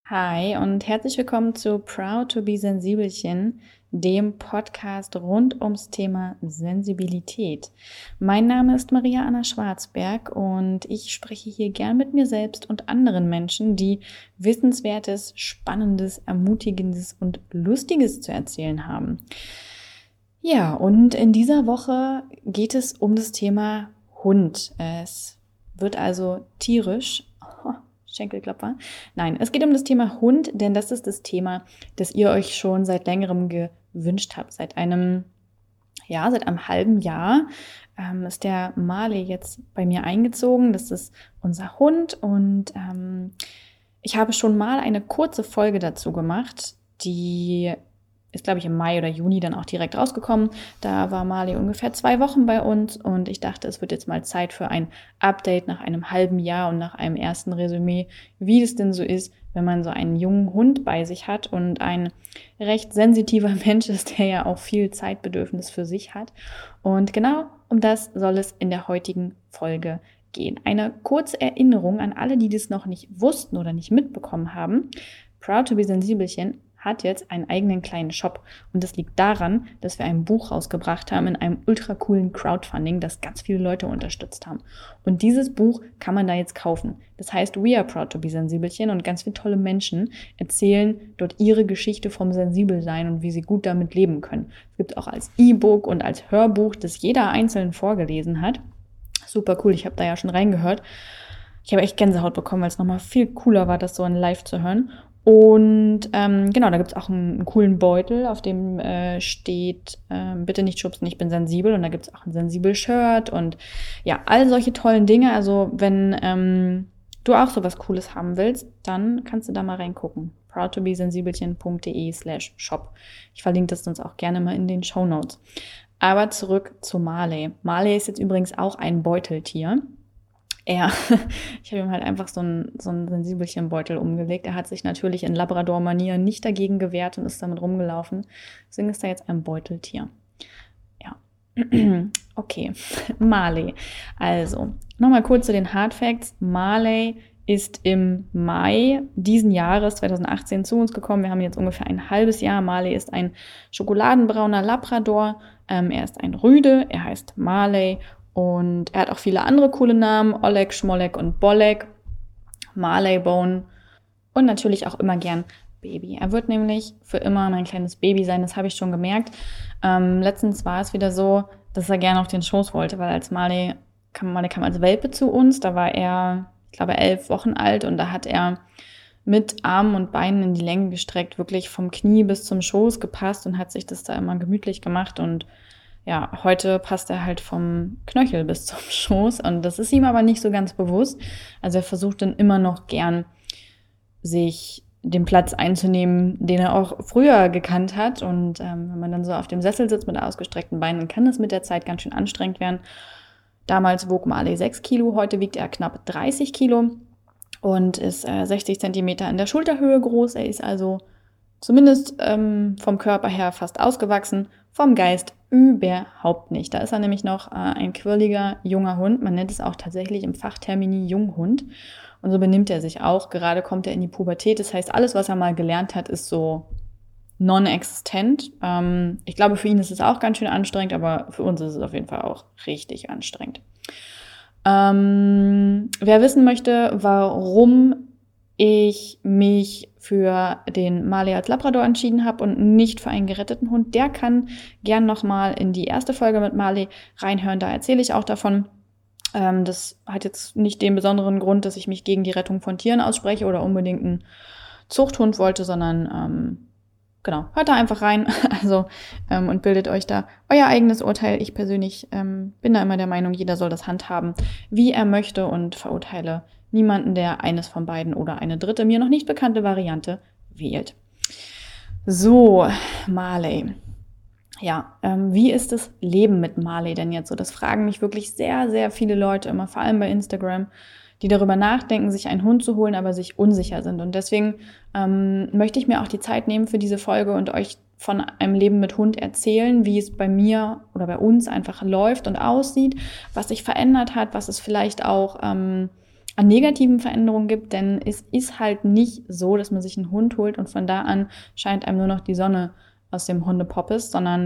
Hi und herzlich willkommen zu Proud to be Sensibelchen, dem Podcast rund ums Thema Sensibilität. Mein Name ist Maria Anna Schwarzberg und ich spreche hier gern mit mir selbst und anderen Menschen, die Wissenswertes, Spannendes, Ermutigendes und Lustiges zu erzählen haben. Ja, und in dieser Woche geht es um das Thema Hund. Es wird also tierisch. Schenkelklopfer. Nein, es geht um das Thema Hund, denn das ist das Thema, das ihr euch schon seit längerem gewünscht habt. Seit einem halben Jahr ist der Marley jetzt bei mir eingezogen. Das ist unser Hund und ich habe schon mal eine kurze Folge dazu gemacht, die ist, glaube ich, im Mai oder Juni dann auch direkt rausgekommen. Da war Marley ungefähr 2 Wochen bei uns und ich dachte, es wird jetzt mal Zeit für ein Update nach einem halben Jahr und nach einem ersten Resümee, wie das denn so ist, wenn man so einen jungen Hund bei sich hat und ein recht sensitiver Mensch ist, der ja auch viel Zeitbedürfnis für sich hat. Und genau um das soll es in der heutigen Folge gehen. Eine kurze Erinnerung an alle, die das noch nicht wussten oder nicht mitbekommen haben. Proud to be Sensibelchen hat jetzt einen eigenen kleinen Shop und das liegt daran, dass wir ein Buch rausgebracht haben in einem ultra coolen Crowdfunding, das ganz viele Leute unterstützt haben. Und dieses Buch kann man da jetzt kaufen. Das heißt We are Proud to be Sensibelchen und ganz viele tolle Menschen erzählen dort ihre Geschichte vom Sensibelsein und wie sie gut damit leben können. Es gibt auch als E-Book und als Hörbuch, das jeder einzeln vorgelesen hat. Super cool, ich habe da ja schon reingehört. Ich habe echt Gänsehaut bekommen, weil es nochmal viel cooler war, das so in live zu hören. Und genau, da gibt es auch einen coolen Beutel, auf dem steht, bitte nicht schubsen, ich bin sensibel. Und da gibt es auch ein Sensibel-Shirt und ja, all solche tollen Dinge. Also wenn du auch sowas Cooles haben willst, dann kannst du da mal reingucken. proudtobesensibelchen.de/shop. Ich verlinke das sonst auch gerne mal in den Shownotes. Aber zurück zu Marley. Marley ist jetzt übrigens auch ein Beuteltier. Ich habe ihm halt einfach so ein Sensibelchen-Beutel umgelegt. Er hat sich natürlich in Labrador-Manier nicht dagegen gewehrt und ist damit rumgelaufen. Deswegen ist er jetzt ein Beuteltier. Ja. Okay, Marley. Also, nochmal kurz zu den Hard Facts. Marley ist im Mai diesen Jahres 2018 zu uns gekommen. Wir haben jetzt ungefähr ein halbes Jahr. Marley ist ein schokoladenbrauner Labrador. Er ist ein Rüde. Er heißt Marley. Und er hat auch viele andere coole Namen, Oleg, Schmollek und Bolek, Marleybone und natürlich auch immer gern Baby. Er wird nämlich für immer mein kleines Baby sein, das habe ich schon gemerkt. Letztens war es wieder so, dass er gerne auf den Schoß wollte, weil als Marley kam als Welpe zu uns, da war er, ich glaube, 11 Wochen alt und da hat er mit Armen und Beinen in die Länge gestreckt, wirklich vom Knie bis zum Schoß gepasst und hat sich das da immer gemütlich gemacht und ja, heute passt er halt vom Knöchel bis zum Schoß und das ist ihm aber nicht so ganz bewusst. Also er versucht dann immer noch gern, sich den Platz einzunehmen, den er auch früher gekannt hat. Und wenn man dann so auf dem Sessel sitzt mit ausgestreckten Beinen, dann kann das mit der Zeit ganz schön anstrengend werden. Damals wog Marley 6 Kilo, heute wiegt er knapp 30 Kilo und ist 60 Zentimeter in der Schulterhöhe groß. Er ist also zumindest vom Körper her fast ausgewachsen, vom Geist überhaupt nicht. Da ist er nämlich noch ein quirliger junger Hund. Man nennt es auch tatsächlich im Fachtermini Junghund. Und so benimmt er sich auch. Gerade kommt er in die Pubertät. Das heißt, alles, was er mal gelernt hat, ist so non-existent. Ich glaube, für ihn ist es auch ganz schön anstrengend, aber für uns ist es auf jeden Fall auch richtig anstrengend. Wer wissen möchte, warum ich mich für den Marley als Labrador entschieden habe und nicht für einen geretteten Hund, der kann gern nochmal in die erste Folge mit Marley reinhören. Da erzähle ich auch davon. Das hat jetzt nicht den besonderen Grund, dass ich mich gegen die Rettung von Tieren ausspreche oder unbedingt einen Zuchthund wollte, sondern genau, hört da einfach rein und bildet euch da euer eigenes Urteil. Ich persönlich bin da immer der Meinung, jeder soll das handhaben, wie er möchte und verurteile niemanden, der eines von beiden oder eine dritte, mir noch nicht bekannte Variante wählt. So, Marley. Ja, wie ist das Leben mit Marley denn jetzt so? Das fragen mich wirklich sehr, sehr viele Leute immer, vor allem bei Instagram, die darüber nachdenken, sich einen Hund zu holen, aber sich unsicher sind. Und deswegen möchte ich mir auch die Zeit nehmen für diese Folge und euch von einem Leben mit Hund erzählen, wie es bei mir oder bei uns einfach läuft und aussieht, was sich verändert hat, was es vielleicht auch an negativen Veränderungen gibt, denn es ist halt nicht so, dass man sich einen Hund holt und von da an scheint einem nur noch die Sonne aus dem Hundepoppes, sondern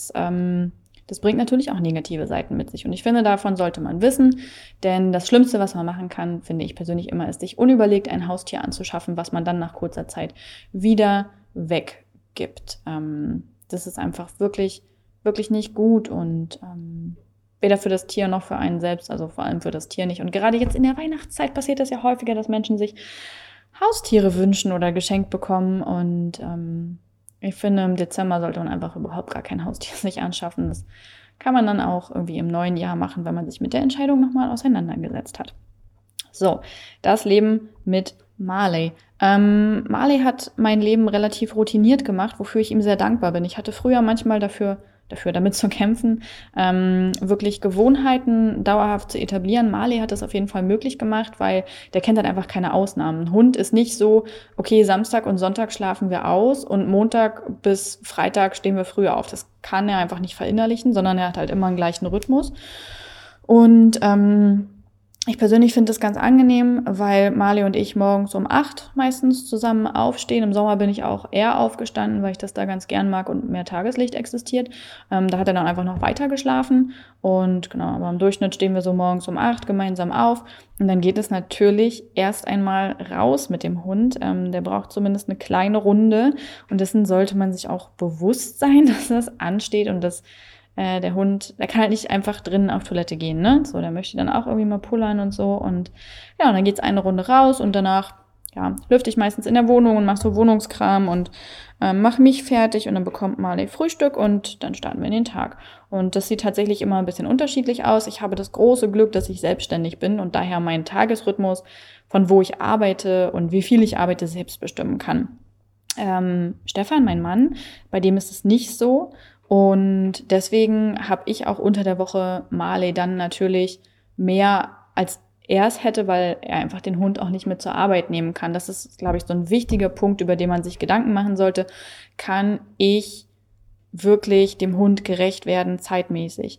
das bringt natürlich auch negative Seiten mit sich. Und ich finde, davon sollte man wissen, denn das Schlimmste, was man machen kann, finde ich persönlich immer, ist, sich unüberlegt ein Haustier anzuschaffen, was man dann nach kurzer Zeit wieder weggibt. Das ist einfach wirklich, wirklich nicht gut und weder für das Tier noch für einen selbst, also vor allem für das Tier nicht. Und gerade jetzt in der Weihnachtszeit passiert es ja häufiger, dass Menschen sich Haustiere wünschen oder geschenkt bekommen. Und ich finde, im Dezember sollte man einfach überhaupt gar kein Haustier sich anschaffen. Das kann man dann auch irgendwie im neuen Jahr machen, wenn man sich mit der Entscheidung nochmal auseinandergesetzt hat. So, das Leben mit Marley. Marley hat mein Leben relativ routiniert gemacht, wofür ich ihm sehr dankbar bin. Ich hatte früher manchmal damit zu kämpfen, wirklich Gewohnheiten dauerhaft zu etablieren. Marley hat das auf jeden Fall möglich gemacht, weil der kennt halt einfach keine Ausnahmen. Ein Hund ist nicht so, okay, Samstag und Sonntag schlafen wir aus und Montag bis Freitag stehen wir früher auf. Das kann er einfach nicht verinnerlichen, sondern er hat halt immer einen gleichen Rhythmus. Und ich persönlich finde das ganz angenehm, weil Marley und ich morgens um 8 meistens zusammen aufstehen. Im Sommer bin ich auch eher aufgestanden, weil ich das da ganz gern mag und mehr Tageslicht existiert. Da hat er dann einfach noch weiter geschlafen. Und genau, aber im Durchschnitt stehen wir so morgens um 8 gemeinsam auf. Und dann geht es natürlich erst einmal raus mit dem Hund. Der braucht zumindest eine kleine Runde. Und dessen sollte man sich auch bewusst sein, dass das ansteht und dass der Hund, der kann halt nicht einfach drinnen auf Toilette gehen, ne? So, der möchte dann auch irgendwie mal pullern und so. Und ja, und dann geht's eine Runde raus und danach, ja, lüfte ich meistens in der Wohnung und mache so Wohnungskram und mache mich fertig und dann bekommt Marley Frühstück und dann starten wir in den Tag. Und das sieht tatsächlich immer ein bisschen unterschiedlich aus. Ich habe das große Glück, dass ich selbstständig bin und daher meinen Tagesrhythmus, von wo ich arbeite und wie viel ich arbeite, selbst bestimmen kann. Stefan, mein Mann, bei dem ist es nicht so. Und deswegen habe ich auch unter der Woche Marley dann natürlich mehr als er es hätte, weil er einfach den Hund auch nicht mit zur Arbeit nehmen kann. Das ist, glaube ich, so ein wichtiger Punkt, über den man sich Gedanken machen sollte. Kann ich wirklich dem Hund gerecht werden, zeitmäßig?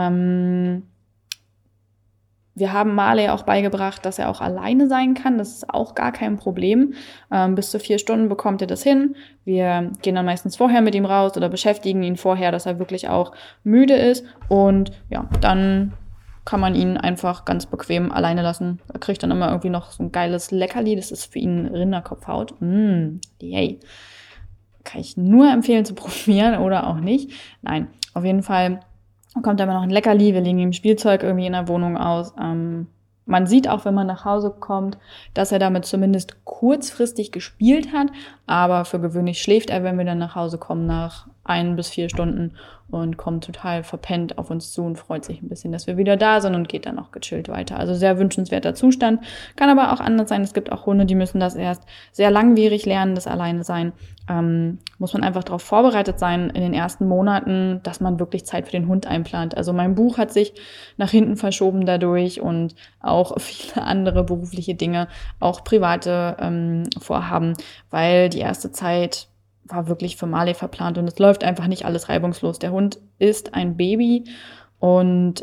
Wir haben Marley auch beigebracht, dass er auch alleine sein kann. Das ist auch gar kein Problem. Bis zu 4 Stunden bekommt er das hin. Wir gehen dann meistens vorher mit ihm raus oder beschäftigen ihn vorher, dass er wirklich auch müde ist. Und ja, dann kann man ihn einfach ganz bequem alleine lassen. Er kriegt dann immer irgendwie noch so ein geiles Leckerli. Das ist für ihn Rinderkopfhaut. Yay. Kann ich nur empfehlen zu probieren oder auch nicht. Nein, auf jeden Fall kommt immer noch ein Leckerli, wir legen ihm Spielzeug irgendwie in der Wohnung aus. Man sieht auch, wenn man nach Hause kommt, dass er damit zumindest kurzfristig gespielt hat, aber für gewöhnlich schläft er, wenn wir dann nach Hause kommen, nach 1 bis 4 Stunden und kommt total verpennt auf uns zu und freut sich ein bisschen, dass wir wieder da sind und geht dann auch gechillt weiter. Also sehr wünschenswerter Zustand, kann aber auch anders sein. Es gibt auch Hunde, die müssen das erst sehr langwierig lernen, das Alleine-Sein. Muss man einfach darauf vorbereitet sein in den ersten Monaten, dass man wirklich Zeit für den Hund einplant. Also mein Buch hat sich nach hinten verschoben dadurch und auch viele andere berufliche Dinge, auch private Vorhaben, weil die erste Zeit war wirklich für Marley verplant und es läuft einfach nicht alles reibungslos. Der Hund ist ein Baby und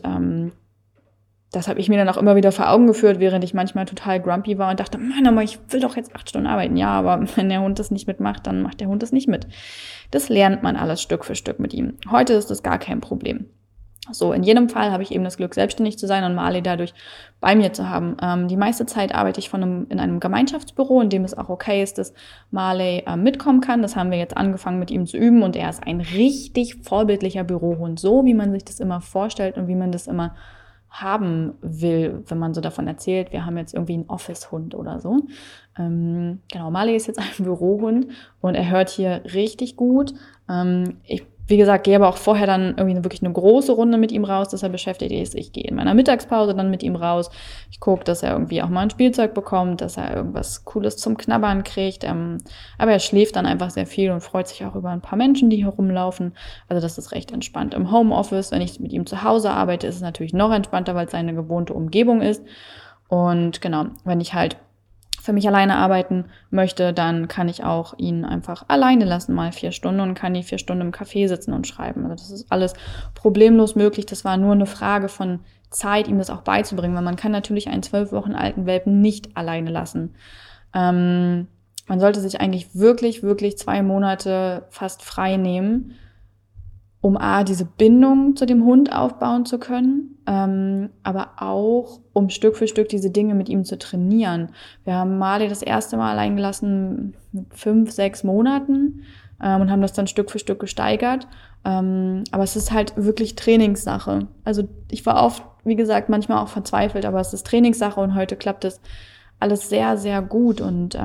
das habe ich mir dann auch immer wieder vor Augen geführt, während ich manchmal total grumpy war und dachte, Mann, aber ich will doch jetzt 8 Stunden arbeiten. Ja, aber wenn der Hund das nicht mitmacht, dann macht der Hund das nicht mit. Das lernt man alles Stück für Stück mit ihm. Heute ist das gar kein Problem. So, in jedem Fall habe ich eben das Glück, selbstständig zu sein und Marley dadurch bei mir zu haben. Die meiste Zeit arbeite ich in einem Gemeinschaftsbüro, in dem es auch okay ist, dass Marley mitkommen kann. Das haben wir jetzt angefangen mit ihm zu üben und er ist ein richtig vorbildlicher Bürohund. So, wie man sich das immer vorstellt und wie man das immer haben will, wenn man so davon erzählt, wir haben jetzt irgendwie einen Office-Hund oder so. Genau, Marley ist jetzt ein Bürohund und er hört hier richtig gut. Ich wie gesagt, gehe aber auch vorher dann irgendwie wirklich eine große Runde mit ihm raus, dass er beschäftigt ist. Ich gehe in meiner Mittagspause dann mit ihm raus. Ich gucke, dass er irgendwie auch mal ein Spielzeug bekommt, dass er irgendwas Cooles zum Knabbern kriegt. Aber er schläft dann einfach sehr viel und freut sich auch über ein paar Menschen, die hier rumlaufen. Also das ist recht entspannt. Im Homeoffice, wenn ich mit ihm zu Hause arbeite, ist es natürlich noch entspannter, weil es seine gewohnte Umgebung ist. Und genau, wenn ich halt für mich alleine arbeiten möchte, dann kann ich auch ihn einfach alleine lassen, mal 4 Stunden und kann die 4 Stunden im Café sitzen und schreiben. Also das ist alles problemlos möglich. Das war nur eine Frage von Zeit, ihm das auch beizubringen, weil man kann natürlich einen 12 Wochen alten Welpen nicht alleine lassen. Man sollte sich eigentlich wirklich, wirklich 2 Monate fast frei nehmen, um diese Bindung zu dem Hund aufbauen zu können, aber auch, um Stück für Stück diese Dinge mit ihm zu trainieren. Wir haben Marley das erste Mal allein gelassen mit 5, 6 Monaten und haben das dann Stück für Stück gesteigert. Aber es ist halt wirklich Trainingssache. Also ich war oft, wie gesagt, manchmal auch verzweifelt, aber es ist Trainingssache und heute klappt es alles sehr, sehr gut. Und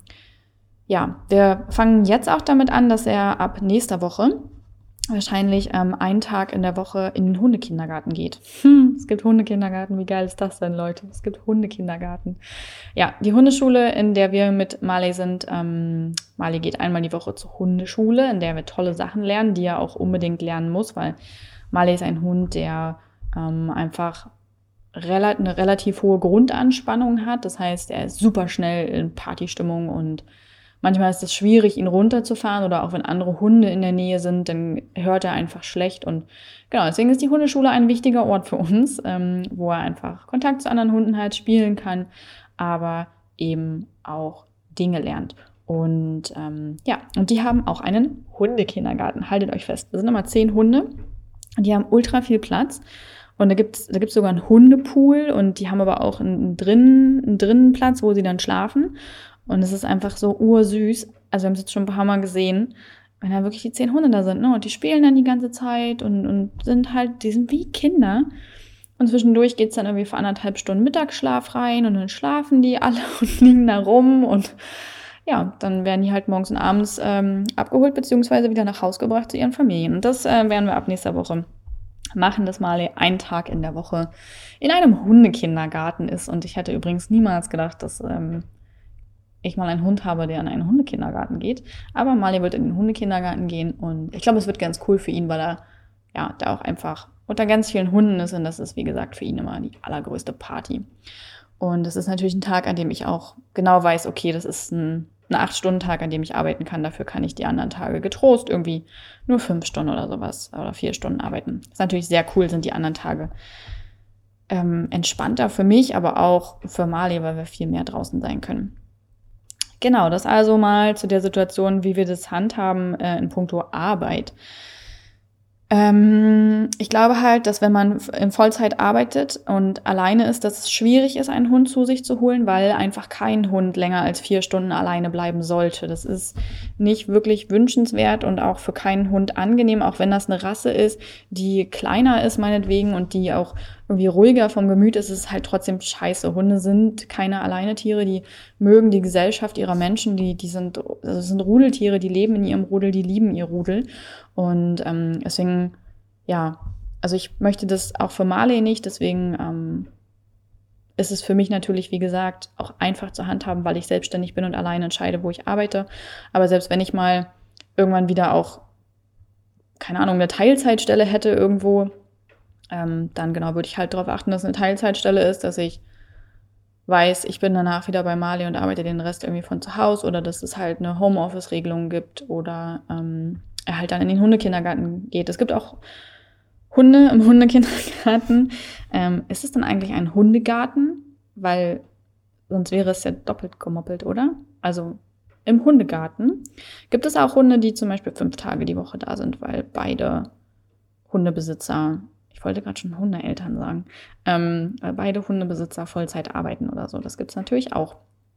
wir fangen jetzt auch damit an, dass er ab nächster Woche wahrscheinlich einen Tag in der Woche in den Hundekindergarten geht. Es gibt Hundekindergarten, wie geil ist das denn, Leute? Es gibt Hundekindergarten. Ja, die Hundeschule, in der wir mit Marley sind, Marley geht einmal die Woche zur Hundeschule, in der wir tolle Sachen lernen, die er auch unbedingt lernen muss, weil Marley ist ein Hund, der einfach eine relativ hohe Grundanspannung hat. Das heißt, er ist super schnell in Partystimmung und manchmal ist es schwierig, ihn runterzufahren oder auch wenn andere Hunde in der Nähe sind, dann hört er einfach schlecht. Und genau, deswegen ist die Hundeschule ein wichtiger Ort für uns, wo er einfach Kontakt zu anderen Hunden halt spielen kann, aber eben auch Dinge lernt. Und und die haben auch einen Hundekindergarten. Haltet euch fest, da sind immer 10 Hunde und die haben ultra viel Platz. Und da gibt's sogar einen Hundepool und die haben aber auch einen Drinnenplatz, wo sie dann schlafen. Und es ist einfach so ursüß. Also wir haben es jetzt schon ein paar Mal gesehen, wenn da wirklich die 10 Hunde da sind, ne? Und die spielen dann die ganze Zeit und die sind wie Kinder. Und zwischendurch geht's dann irgendwie für 1,5 Stunden Mittagsschlaf rein und dann schlafen die alle und liegen da rum. Und ja, dann werden die halt morgens und abends abgeholt beziehungsweise wieder nach Hause gebracht zu ihren Familien. Und das werden wir ab nächster Woche machen, dass Marley einen Tag in der Woche in einem Hundekindergarten ist. Und ich hätte übrigens niemals gedacht, dass ich mal einen Hund habe, der in einen Hundekindergarten geht. Aber Marley wird in den Hundekindergarten gehen und ich glaube, es wird ganz cool für ihn, weil er da auch einfach unter ganz vielen Hunden ist und das ist, wie gesagt, für ihn immer die allergrößte Party. Und das ist natürlich ein Tag, an dem ich auch genau weiß, okay, das ist ein 8-Stunden-Tag, an dem ich arbeiten kann. Dafür kann ich die anderen Tage getrost irgendwie nur 5 Stunden oder sowas oder 4 Stunden arbeiten. Das ist natürlich sehr cool, sind die anderen Tage entspannter für mich, aber auch für Marley, weil wir viel mehr draußen sein können. Genau, das also mal zu der Situation, wie wir das handhaben in puncto Arbeit. Ich glaube halt, dass wenn man in Vollzeit arbeitet und alleine ist, dass es schwierig ist, einen Hund zu sich zu holen, weil einfach kein Hund länger als 4 Stunden alleine bleiben sollte. Das ist nicht wirklich wünschenswert und auch für keinen Hund angenehm, auch wenn das eine Rasse ist, die kleiner ist meinetwegen und die auch irgendwie ruhiger vom Gemüt ist, ist es halt trotzdem scheiße. Hunde sind keine Alleinetiere, die mögen die Gesellschaft ihrer Menschen, die sind Rudeltiere, die leben in ihrem Rudel, die lieben ihr Rudel. Und deswegen, also ich möchte das auch für Marley nicht, deswegen ist es für mich natürlich, wie gesagt, auch einfach zu handhaben, weil ich selbstständig bin und alleine entscheide, wo ich arbeite. Aber selbst wenn ich mal irgendwann wieder auch, keine Ahnung, eine Teilzeitstelle hätte irgendwo, dann genau würde ich halt darauf achten, dass es eine Teilzeitstelle ist, dass ich weiß, ich bin danach wieder bei Marley und arbeite den Rest irgendwie von zu Hause oder dass es halt eine Homeoffice-Regelung gibt oder er halt dann in den Hundekindergarten geht. Es gibt auch Hunde im Hundekindergarten. Ist es dann eigentlich ein Hundegarten? Weil sonst wäre es ja doppelt gemoppelt, oder? Also im Hundegarten gibt es auch Hunde, die zum Beispiel 5 Tage die Woche da sind, weil beide Hundebesitzer, ich wollte gerade schon Hundeeltern sagen, weil beide Hundebesitzer Vollzeit arbeiten oder so. Das gibt es natürlich auch.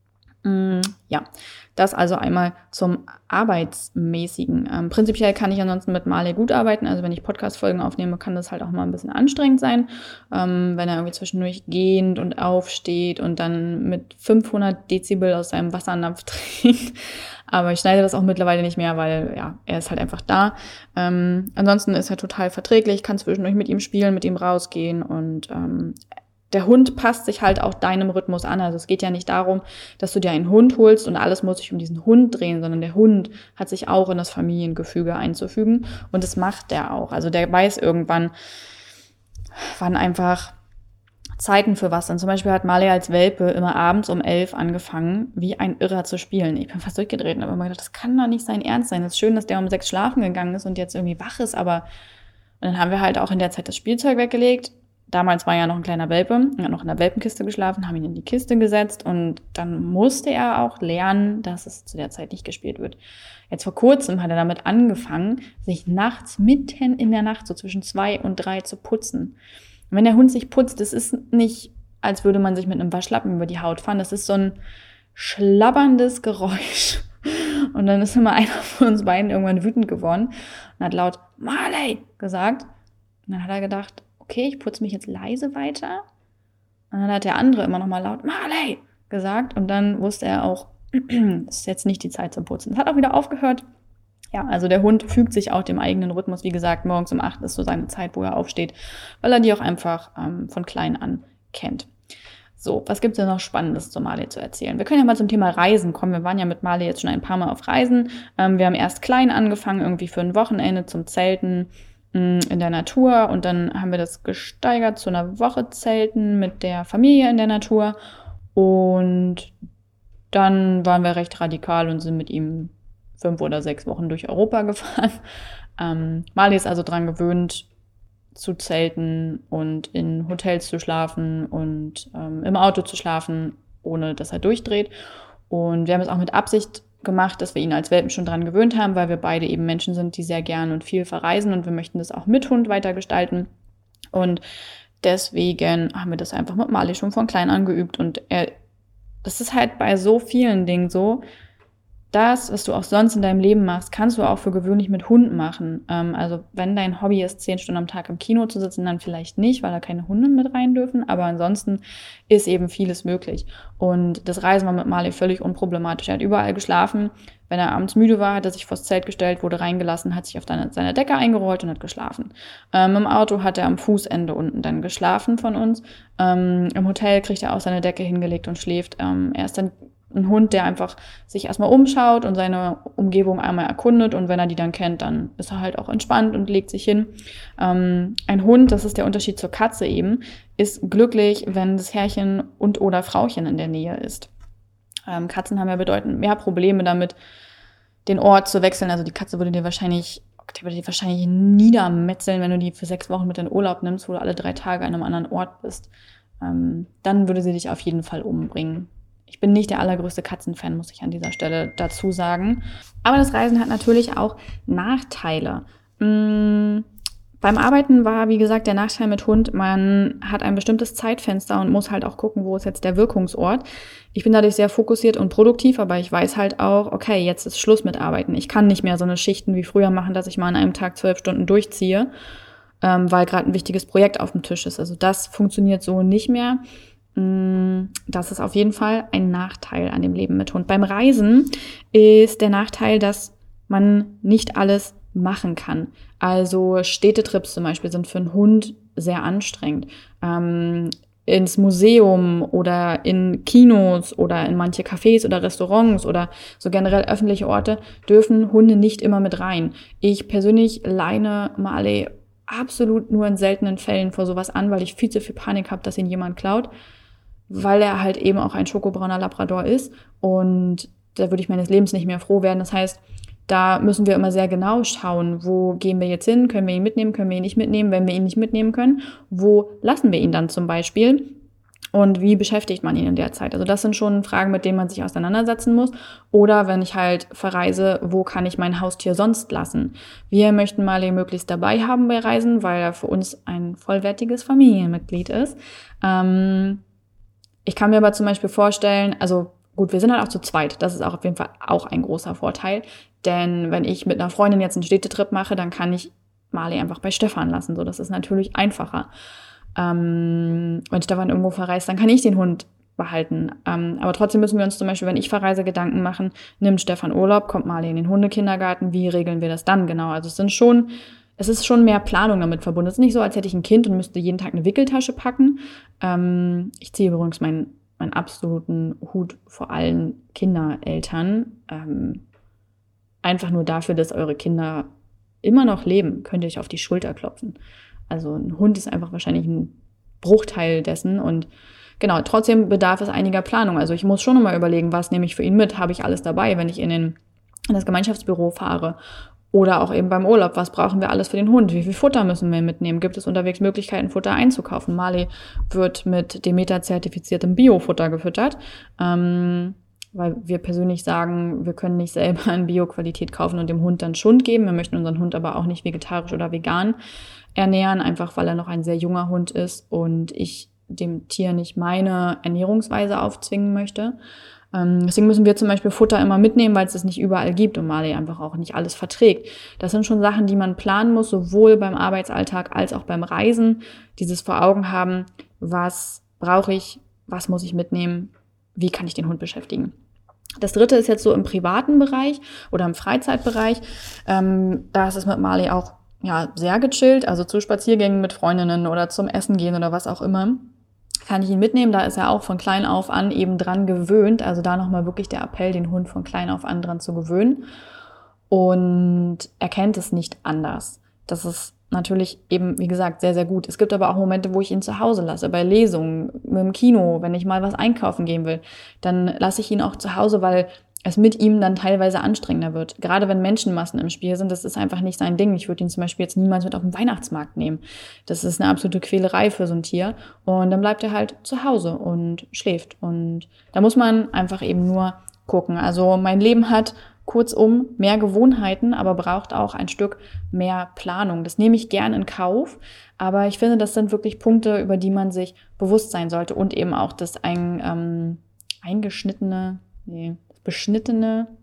Das also einmal zum Arbeitsmäßigen. Prinzipiell kann ich ansonsten mit Marley gut arbeiten. Also wenn ich Podcast-Folgen aufnehme, kann das halt auch mal ein bisschen anstrengend sein. Wenn er irgendwie zwischendurch gehend und aufsteht und dann mit 500 Dezibel aus seinem Wassernapf trinkt. Aber ich schneide das auch mittlerweile nicht mehr, weil er ist halt einfach da. Ansonsten ist er total verträglich, kann zwischendurch mit ihm spielen, mit ihm rausgehen und der Hund passt sich halt auch deinem Rhythmus an. Also es geht ja nicht darum, dass du dir einen Hund holst und alles muss sich um diesen Hund drehen, sondern der Hund hat sich auch in das Familiengefüge einzufügen und das macht der auch. Also der weiß irgendwann, wann einfach Zeiten für was. Und zum Beispiel hat Marley als Welpe immer abends um 11 angefangen, wie ein Irrer zu spielen. Ich bin fast durchgedreht und habe immer gedacht, das kann doch nicht sein Ernst sein. Es ist schön, dass der um 6 schlafen gegangen ist und jetzt irgendwie wach ist, aber und dann haben wir halt auch in der Zeit das Spielzeug weggelegt. Damals war ja noch ein kleiner Welpe, er hat noch in der Welpenkiste geschlafen, haben ihn in die Kiste gesetzt und dann musste er auch lernen, dass es zu der Zeit nicht gespielt wird. Jetzt vor kurzem hat er damit angefangen, sich nachts, mitten in der Nacht, so zwischen 2 und 3 zu putzen. Und wenn der Hund sich putzt, das ist nicht, als würde man sich mit einem Waschlappen über die Haut fahren, das ist so ein schlabberndes Geräusch. Und dann ist immer einer von uns beiden irgendwann wütend geworden und hat laut Marley gesagt. Und dann hat er gedacht, okay, ich putze mich jetzt leise weiter. Und dann hat der andere immer noch mal laut Marley gesagt. Und dann wusste er auch, es ist jetzt nicht die Zeit zum Putzen. Es hat auch wieder aufgehört. Ja, also der Hund fügt sich auch dem eigenen Rhythmus. Wie gesagt, morgens um 8 ist so seine Zeit, wo er aufsteht, weil er die auch einfach von klein an kennt. So, was gibt es denn noch Spannendes zu Marley zu erzählen? Wir können ja mal zum Thema Reisen kommen. Wir waren ja mit Marley jetzt schon ein paar Mal auf Reisen. Wir haben erst klein angefangen, irgendwie für ein Wochenende zum Zelten in der Natur. Und dann haben wir das gesteigert zu einer Woche Zelten mit der Familie in der Natur. Und dann waren wir recht radikal und sind mit ihm 5 oder 6 Wochen durch Europa gefahren. Marley ist also dran gewöhnt, zu zelten und in Hotels zu schlafen und im Auto zu schlafen, ohne dass er durchdreht. Und wir haben es auch mit Absicht gemacht, dass wir ihn als Welpen schon dran gewöhnt haben, weil wir beide eben Menschen sind, die sehr gern und viel verreisen und wir möchten das auch mit Hund weitergestalten. Und deswegen haben wir das einfach mit Marley schon von klein an geübt. Und das ist halt bei so vielen Dingen so, das, was du auch sonst in deinem Leben machst, kannst du auch für gewöhnlich mit Hunden machen. Also wenn dein Hobby ist, 10 Stunden am Tag im Kino zu sitzen, dann vielleicht nicht, weil da keine Hunde mit rein dürfen. Aber ansonsten ist eben vieles möglich. Und das Reisen war mit Marley völlig unproblematisch. Er hat überall geschlafen. Wenn er abends müde war, hat er sich vors Zelt gestellt, wurde reingelassen, hat sich auf seine Decke eingerollt und hat geschlafen. Im Auto hat er am Fußende unten dann geschlafen von uns. Im Hotel kriegt er auch seine Decke hingelegt und schläft. Er ist dann ein Hund, der einfach sich erstmal umschaut und seine Umgebung einmal erkundet und wenn er die dann kennt, dann ist er halt auch entspannt und legt sich hin. Ein Hund, das ist der Unterschied zur Katze eben, ist glücklich, wenn das Herrchen und oder Frauchen in der Nähe ist. Katzen haben ja bedeutend mehr Probleme damit, den Ort zu wechseln. Also die Katze würde dir wahrscheinlich niedermetzeln, wenn du die für 6 Wochen mit in Urlaub nimmst, wo du alle 3 Tage an einem anderen Ort bist. Dann würde sie dich auf jeden Fall umbringen. Ich bin nicht der allergrößte Katzenfan, muss ich an dieser Stelle dazu sagen. Aber das Reisen hat natürlich auch Nachteile. Beim Arbeiten war, wie gesagt, der Nachteil mit Hund, man hat ein bestimmtes Zeitfenster und muss halt auch gucken, wo ist jetzt der Wirkungsort. Ich bin dadurch sehr fokussiert und produktiv, aber ich weiß halt auch, okay, jetzt ist Schluss mit Arbeiten. Ich kann nicht mehr so eine Schichten wie früher machen, dass ich mal an einem Tag 12 Stunden durchziehe, weil gerade ein wichtiges Projekt auf dem Tisch ist. Also das funktioniert so nicht mehr. Das ist auf jeden Fall ein Nachteil an dem Leben mit Hund. Beim Reisen ist der Nachteil, dass man nicht alles machen kann. Also Städtetrips zum Beispiel sind für einen Hund sehr anstrengend. Ins Museum oder in Kinos oder in manche Cafés oder Restaurants oder so generell öffentliche Orte dürfen Hunde nicht immer mit rein. Ich persönlich leine Marley absolut nur in seltenen Fällen vor sowas an, weil ich viel zu viel Panik habe, dass ihn jemand klaut, weil er halt eben auch ein schokobrauner Labrador ist und da würde ich meines Lebens nicht mehr froh werden. Das heißt, da müssen wir immer sehr genau schauen, wo gehen wir jetzt hin, können wir ihn mitnehmen, können wir ihn nicht mitnehmen, wenn wir ihn nicht mitnehmen können, wo lassen wir ihn dann zum Beispiel und wie beschäftigt man ihn in der Zeit. Also das sind schon Fragen, mit denen man sich auseinandersetzen muss. Oder wenn ich halt verreise, wo kann ich mein Haustier sonst lassen? Wir möchten Marley möglichst dabei haben bei Reisen, weil er für uns ein vollwertiges Familienmitglied ist. Ich kann mir aber zum Beispiel vorstellen, also gut, wir sind halt auch zu zweit. Das ist auch auf jeden Fall auch ein großer Vorteil. Denn wenn ich mit einer Freundin jetzt einen Städtetrip mache, dann kann ich Marley einfach bei Stefan lassen. So, das ist natürlich einfacher. Wenn Stefan irgendwo verreist, dann kann ich den Hund behalten. Aber trotzdem müssen wir uns zum Beispiel, wenn ich verreise, Gedanken machen, nimmt Stefan Urlaub, kommt Marley in den Hundekindergarten, wie regeln wir das dann genau? Also es ist schon mehr Planung damit verbunden. Es ist nicht so, als hätte ich ein Kind und müsste jeden Tag eine Wickeltasche packen. Ich ziehe übrigens meinen absoluten Hut vor allen Kindereltern. Einfach nur dafür, dass eure Kinder immer noch leben, könnt ihr euch auf die Schulter klopfen. Also ein Hund ist einfach wahrscheinlich ein Bruchteil dessen und genau, trotzdem bedarf es einiger Planung. Also ich muss schon immer überlegen, was nehme ich für ihn mit? Habe ich alles dabei, wenn ich in das Gemeinschaftsbüro fahre? Oder auch eben beim Urlaub, was brauchen wir alles für den Hund? Wie viel Futter müssen wir mitnehmen? Gibt es unterwegs Möglichkeiten, Futter einzukaufen? Marley wird mit Demeter-zertifiziertem Biofutter gefüttert, weil wir persönlich sagen, wir können nicht selber in Bio-Qualität kaufen und dem Hund dann Schund geben. Wir möchten unseren Hund aber auch nicht vegetarisch oder vegan ernähren, einfach weil er noch ein sehr junger Hund ist und ich dem Tier nicht meine Ernährungsweise aufzwingen möchte. Deswegen müssen wir zum Beispiel Futter immer mitnehmen, weil es das nicht überall gibt und Marley einfach auch nicht alles verträgt. Das sind schon Sachen, die man planen muss, sowohl beim Arbeitsalltag als auch beim Reisen. Dieses vor Augen haben, was brauche ich, was muss ich mitnehmen, wie kann ich den Hund beschäftigen. Das dritte ist jetzt so im privaten Bereich oder im Freizeitbereich. Da ist es mit Marley auch sehr gechillt, also zu Spaziergängen mit Freundinnen oder zum Essen gehen oder was auch immer. Kann ich ihn mitnehmen, da ist er auch von klein auf an eben dran gewöhnt. Also da nochmal wirklich der Appell, den Hund von klein auf an dran zu gewöhnen. Und er kennt es nicht anders. Das ist natürlich eben, wie gesagt, sehr, sehr gut. Es gibt aber auch Momente, wo ich ihn zu Hause lasse, bei Lesungen, im Kino, wenn ich mal was einkaufen gehen will. Dann lasse ich ihn auch zu Hause, weil es mit ihm dann teilweise anstrengender wird. Gerade wenn Menschenmassen im Spiel sind, das ist einfach nicht sein Ding. Ich würde ihn zum Beispiel jetzt niemals mit auf den Weihnachtsmarkt nehmen. Das ist eine absolute Quälerei für so ein Tier. Und dann bleibt er halt zu Hause und schläft. Und da muss man einfach eben nur gucken. Also mein Leben hat kurzum mehr Gewohnheiten, aber braucht auch ein Stück mehr Planung. Das nehme ich gern in Kauf. Aber ich finde, das sind wirklich Punkte, über die man sich bewusst sein sollte. Und eben auch das beschnittene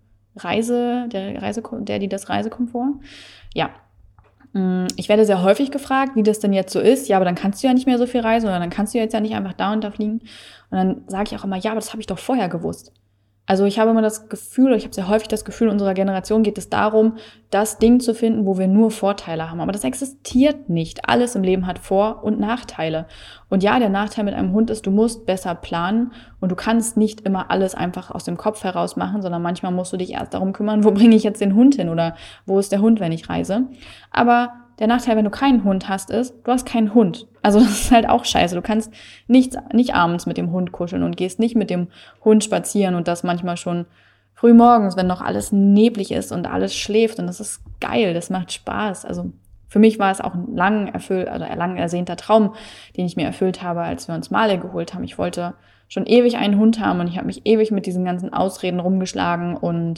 das Reisekomfort. Ja, ich werde sehr häufig gefragt, wie das denn jetzt so ist. Ja, aber dann kannst du ja nicht mehr so viel reisen oder dann kannst du jetzt ja nicht einfach da und da fliegen. Und dann sage ich auch immer, ja, aber das habe ich doch vorher gewusst. Also ich habe immer das Gefühl, oder ich habe sehr häufig das Gefühl, in unserer Generation geht es darum, das Ding zu finden, wo wir nur Vorteile haben. Aber das existiert nicht. Alles im Leben hat Vor- und Nachteile. Und ja, der Nachteil mit einem Hund ist, du musst besser planen und du kannst nicht immer alles einfach aus dem Kopf heraus machen, sondern manchmal musst du dich erst darum kümmern, wo bringe ich jetzt den Hund hin oder wo ist der Hund, wenn ich reise. Aber der Nachteil, wenn du keinen Hund hast, ist, du hast keinen Hund. Also das ist halt auch scheiße. Du kannst nicht abends mit dem Hund kuscheln und gehst nicht mit dem Hund spazieren und das manchmal schon früh morgens, wenn noch alles neblig ist und alles schläft. Und das ist geil, das macht Spaß. Also für mich war es auch ein lang ersehnter Traum, den ich mir erfüllt habe, als wir uns Marley geholt haben. Ich wollte schon ewig einen Hund haben und ich habe mich ewig mit diesen ganzen Ausreden rumgeschlagen und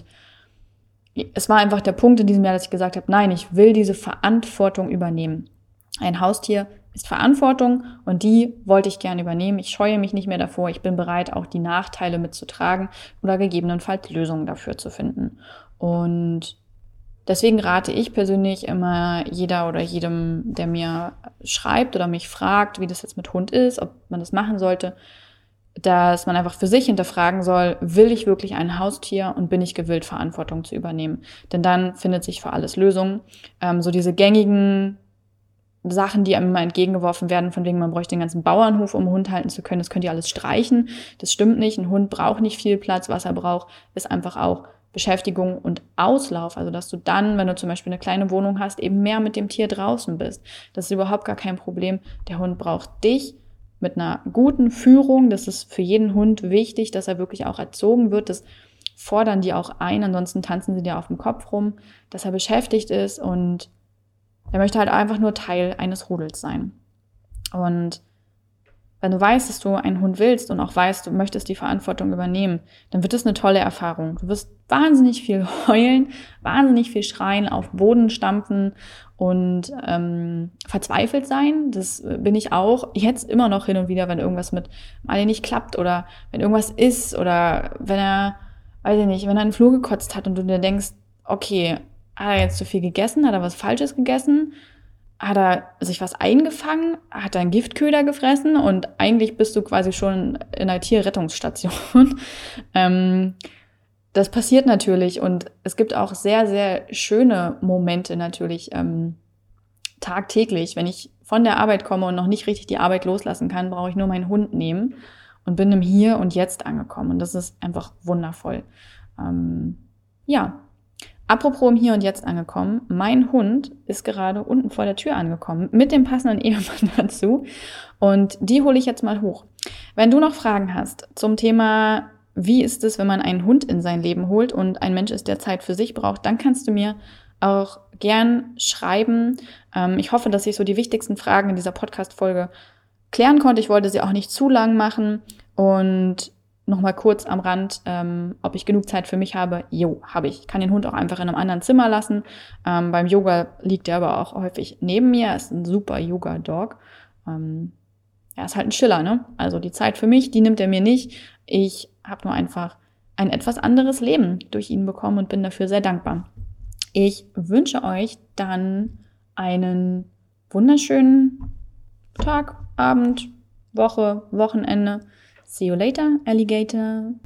es war einfach der Punkt in diesem Jahr, dass ich gesagt habe, nein, ich will diese Verantwortung übernehmen. Ein Haustier ist Verantwortung und die wollte ich gerne übernehmen. Ich scheue mich nicht mehr davor. Ich bin bereit, auch die Nachteile mitzutragen oder gegebenenfalls Lösungen dafür zu finden. Und deswegen rate ich persönlich immer jeder oder jedem, der mir schreibt oder mich fragt, wie das jetzt mit Hund ist, ob man das machen sollte, dass man einfach für sich hinterfragen soll, will ich wirklich ein Haustier und bin ich gewillt, Verantwortung zu übernehmen? Denn dann findet sich für alles Lösung. So diese gängigen Sachen, die einem immer entgegengeworfen werden, von wegen man bräuchte den ganzen Bauernhof, um einen Hund halten zu können, das könnt ihr alles streichen. Das stimmt nicht. Ein Hund braucht nicht viel Platz. Was er braucht, ist einfach auch Beschäftigung und Auslauf. Also dass du dann, wenn du zum Beispiel eine kleine Wohnung hast, eben mehr mit dem Tier draußen bist. Das ist überhaupt gar kein Problem. Der Hund braucht dich mit einer guten Führung. Das ist für jeden Hund wichtig, dass er wirklich auch erzogen wird. Das fordern die auch ein, ansonsten tanzen sie dir auf dem Kopf rum, dass er beschäftigt ist und er möchte halt einfach nur Teil eines Rudels sein. Und wenn du weißt, dass du einen Hund willst und auch weißt, du möchtest die Verantwortung übernehmen, dann wird es eine tolle Erfahrung. Du wirst wahnsinnig viel heulen, wahnsinnig viel schreien, auf Boden stampfen und verzweifelt sein. Das bin ich auch jetzt immer noch hin und wieder, wenn irgendwas mit Marley nicht klappt oder wenn irgendwas ist oder wenn er, weiß ich nicht, wenn er einen Flur gekotzt hat und du dir denkst, okay, hat er jetzt zu viel gegessen? Hat er was Falsches gegessen? Hat er sich was eingefangen? Hat er einen Giftköder gefressen? Und eigentlich bist du quasi schon in einer Tierrettungsstation. Das passiert natürlich. Und es gibt auch sehr, sehr schöne Momente natürlich tagtäglich. Wenn ich von der Arbeit komme und noch nicht richtig die Arbeit loslassen kann, brauche ich nur meinen Hund nehmen und bin im Hier und Jetzt angekommen. Und das ist einfach wundervoll. Ja. Apropos im Hier und Jetzt angekommen, mein Hund ist gerade unten vor der Tür angekommen, mit dem passenden Ehemann dazu. Und die hole ich jetzt mal hoch. Wenn du noch Fragen hast zum Thema, wie ist es, wenn man einen Hund in sein Leben holt und ein Mensch ist, der Zeit für sich braucht, dann kannst du mir auch gern schreiben. Ich hoffe, dass ich so die wichtigsten Fragen in dieser Podcast-Folge klären konnte. Ich wollte sie auch nicht zu lang machen. Und nochmal kurz am Rand, ob ich genug Zeit für mich habe. Jo, habe ich. Ich kann den Hund auch einfach in einem anderen Zimmer lassen. Beim Yoga liegt er aber auch häufig neben mir. Er ist ein super Yoga-Dog. Er ist halt ein Chiller, ne? Also die Zeit für mich, die nimmt er mir nicht. Ich habe nur einfach ein etwas anderes Leben durch ihn bekommen und bin dafür sehr dankbar. Ich wünsche euch dann einen wunderschönen Tag, Abend, Woche, Wochenende. See you later, Alligator.